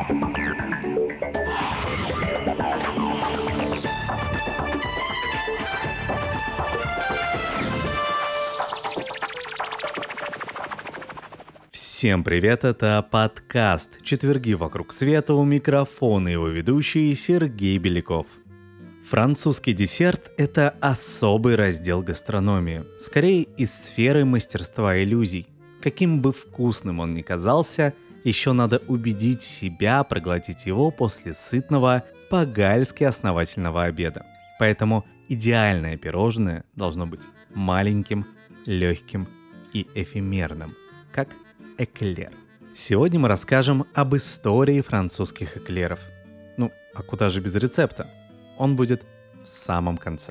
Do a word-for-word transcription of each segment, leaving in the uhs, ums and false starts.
Всем привет, это подкаст «Четверги вокруг света», у микрофона его ведущий Сергей Беляков. Французский десерт – это особый раздел гастрономии, скорее из сферы мастерства иллюзий. Каким бы вкусным он ни казался, еще надо убедить себя проглотить его после сытного, по-гальски основательного обеда. Поэтому идеальное пирожное должно быть маленьким, легким и эфемерным, как эклер. Сегодня мы расскажем об истории французских эклеров. Ну, а куда же без рецепта? Он будет в самом конце.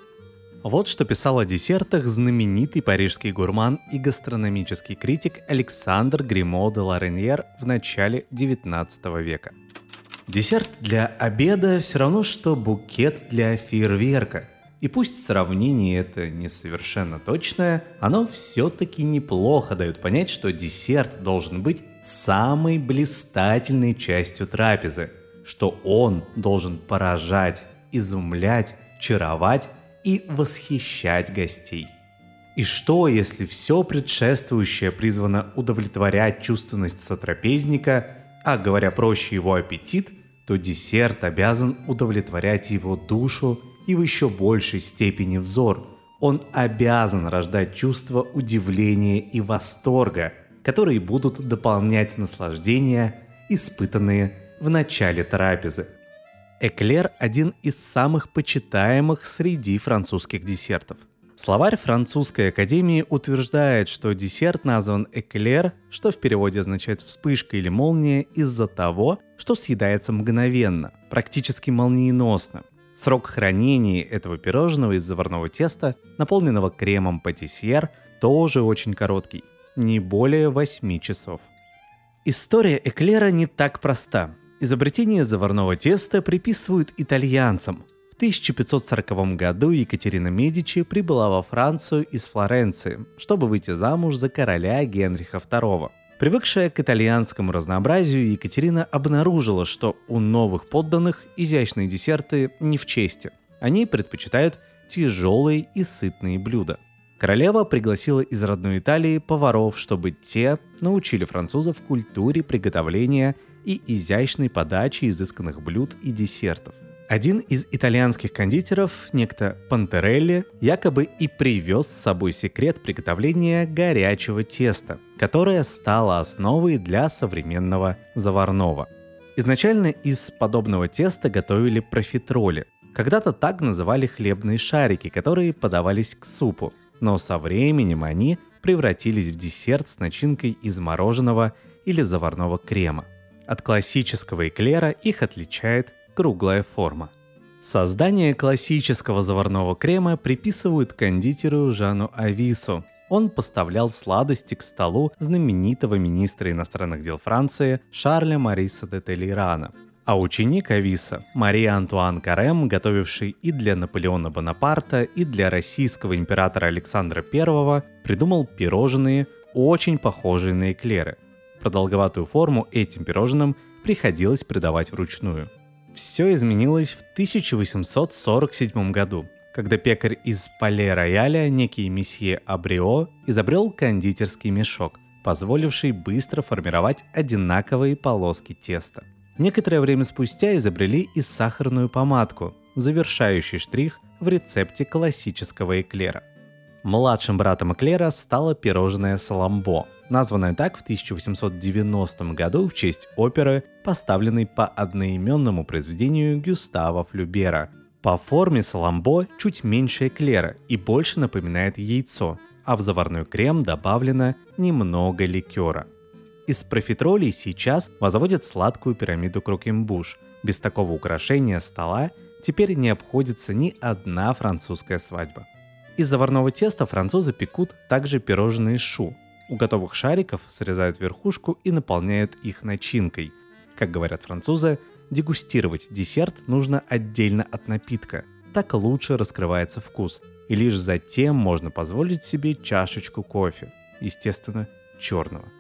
Вот что писал о десертах знаменитый парижский гурман и гастрономический критик Александр Гримо де Лареньер в начале девятнадцатого века. Десерт для обеда все равно, что букет для фейерверка. И пусть сравнение это не совершенно точное, оно все-таки неплохо дает понять, что десерт должен быть самой блистательной частью трапезы, что он должен поражать, изумлять, чаровать и восхищать гостей. И что, если все предшествующее призвано удовлетворять чувственность сотрапезника, а говоря проще, его аппетит, то десерт обязан удовлетворять его душу и в еще большей степени взор. Он обязан рождать чувство удивления и восторга, которые будут дополнять наслаждения, испытанные в начале трапезы. Эклер – один из самых почитаемых среди французских десертов. Словарь французской академии утверждает, что десерт назван эклер, что в переводе означает вспышка или молния, из-за того, что съедается мгновенно, практически молниеносно. Срок хранения этого пирожного из заварного теста, наполненного кремом патиссьер, тоже очень короткий, не более восьми часов. История эклера не так проста. Изобретение заварного теста приписывают итальянцам. В тысяча пятьсот сороковом году Екатерина Медичи прибыла во Францию из Флоренции, чтобы выйти замуж за короля Генриха второго. Привыкшая к итальянскому разнообразию, Екатерина обнаружила, что у новых подданных изящные десерты не в чести. Они предпочитают тяжелые и сытные блюда. Королева пригласила из родной Италии поваров, чтобы те научили французов культуре приготовления и изящной подачи изысканных блюд и десертов. Один из итальянских кондитеров, некто Пантерелли, якобы и привез с собой секрет приготовления горячего теста, которое стало основой для современного заварного. Изначально из подобного теста готовили профитроли. Когда-то так называли хлебные шарики, которые подавались к супу, но со временем они превратились в десерт с начинкой из мороженого или заварного крема. От классического эклера их отличает круглая форма. Создание классического заварного крема приписывают кондитеру Жану Авису. Он поставлял сладости к столу знаменитого министра иностранных дел Франции Шарля Мариса де Толейрана. А ученик Ависа, Мария Антуан Карем, готовивший и для Наполеона Бонапарта, и для российского императора Александра Первого, придумал пирожные, очень похожие на эклеры. Продолговатую форму этим пирожным приходилось придавать вручную. Все изменилось в тысяча восемьсот сорок седьмом году, когда пекарь из Пале-Рояля, некий месье Абрио, изобрел кондитерский мешок, позволивший быстро формировать одинаковые полоски теста. Некоторое время спустя изобрели и сахарную помадку, завершающий штрих в рецепте классического эклера. Младшим братом эклера стало пирожное саламбо, названное так в тысяча восемьсот девяностом году в честь оперы, поставленной по одноименному произведению Гюстава Флюбера. По форме саламбо чуть меньше эклера и больше напоминает яйцо, а в заварной крем добавлено немного ликера. Из профитролей сейчас возводят сладкую пирамиду крокембуш. Без такого украшения стола теперь не обходится ни одна французская свадьба. Из заварного теста французы пекут также пирожные шу. У готовых шариков срезают верхушку и наполняют их начинкой. Как говорят французы, дегустировать десерт нужно отдельно от напитка. Так лучше раскрывается вкус. И лишь затем можно позволить себе чашечку кофе. Естественно, черного.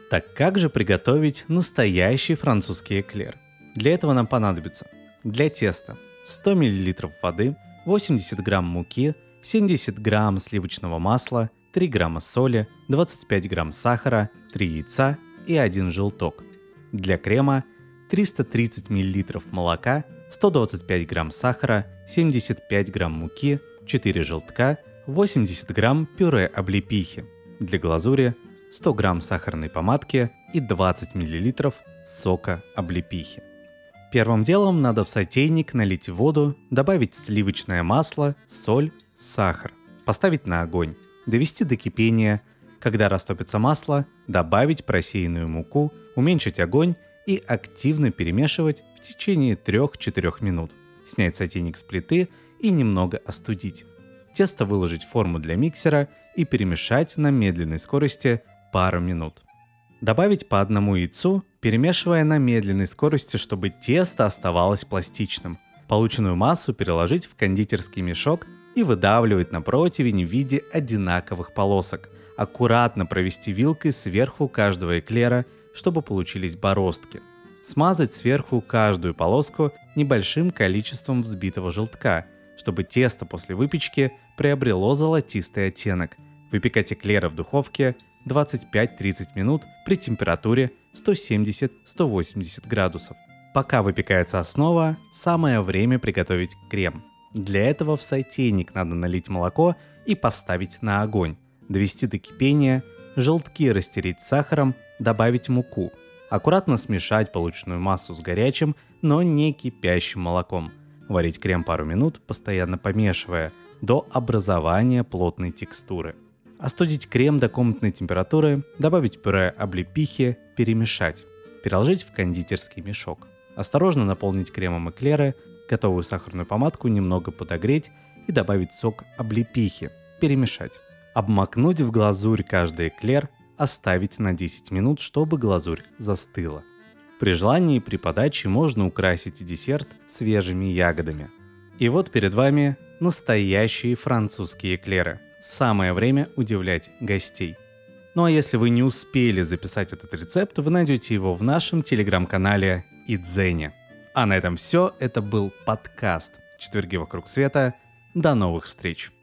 Так как же приготовить настоящий французский эклер? Для этого нам понадобится для теста сто миллилитров воды, восемьдесят грамм муки, семьдесят грамм сливочного масла, три грамма соли, двадцать пять грамм сахара, три яйца и один желток. Для крема триста тридцать миллилитров молока, сто двадцать пять грамм сахара, семьдесят пять грамм муки, четыре желтка, восемьдесят грамм пюре облепихи. Для глазури сто грамм сахарной помадки и двадцать миллилитров сока облепихи. Первым делом надо в сотейник налить воду, добавить сливочное масло, соль, сахар, поставить на огонь, довести до кипения. Когда растопится масло, добавить просеянную муку, уменьшить огонь и активно перемешивать в течение трех-четырёх минут. Снять сотейник с плиты и немного остудить. Тесто выложить в форму для миксера и перемешать на медленной скорости пару минут. Добавить по одному яйцу, перемешивая на медленной скорости, чтобы тесто оставалось пластичным. Полученную массу переложить в кондитерский мешок и выдавливать на противень в виде одинаковых полосок. Аккуратно провести вилкой сверху каждого эклера, чтобы получились бороздки. Смазать сверху каждую полоску небольшим количеством взбитого желтка, чтобы тесто после выпечки приобрело золотистый оттенок. Выпекать эклеры в духовке двадцать пять-тридцать минут при температуре сто семьдесят - сто восемьдесят градусов. Пока выпекается основа, самое время приготовить крем. Для этого в сотейник надо налить молоко и поставить на огонь, довести до кипения, желтки растереть с сахаром, добавить муку. Аккуратно смешать полученную массу с горячим, но не кипящим молоком. Варить крем пару минут, постоянно помешивая, до образования плотной текстуры. Остудить крем до комнатной температуры, добавить пюре облепихи, перемешать. Переложить в кондитерский мешок. Осторожно наполнить кремом эклеры, готовую сахарную помадку немного подогреть и добавить сок облепихи, перемешать. Обмакнуть в глазурь каждый эклер, оставить на десять минут, чтобы глазурь застыла. При желании при подаче можно украсить десерт свежими ягодами. И вот перед вами настоящие французские эклеры. Самое время удивлять гостей. Ну а если вы не успели записать этот рецепт, вы найдете его в нашем телеграм-канале Идзене. А на этом все. Это был подкаст «Четверги вокруг света». До новых встреч!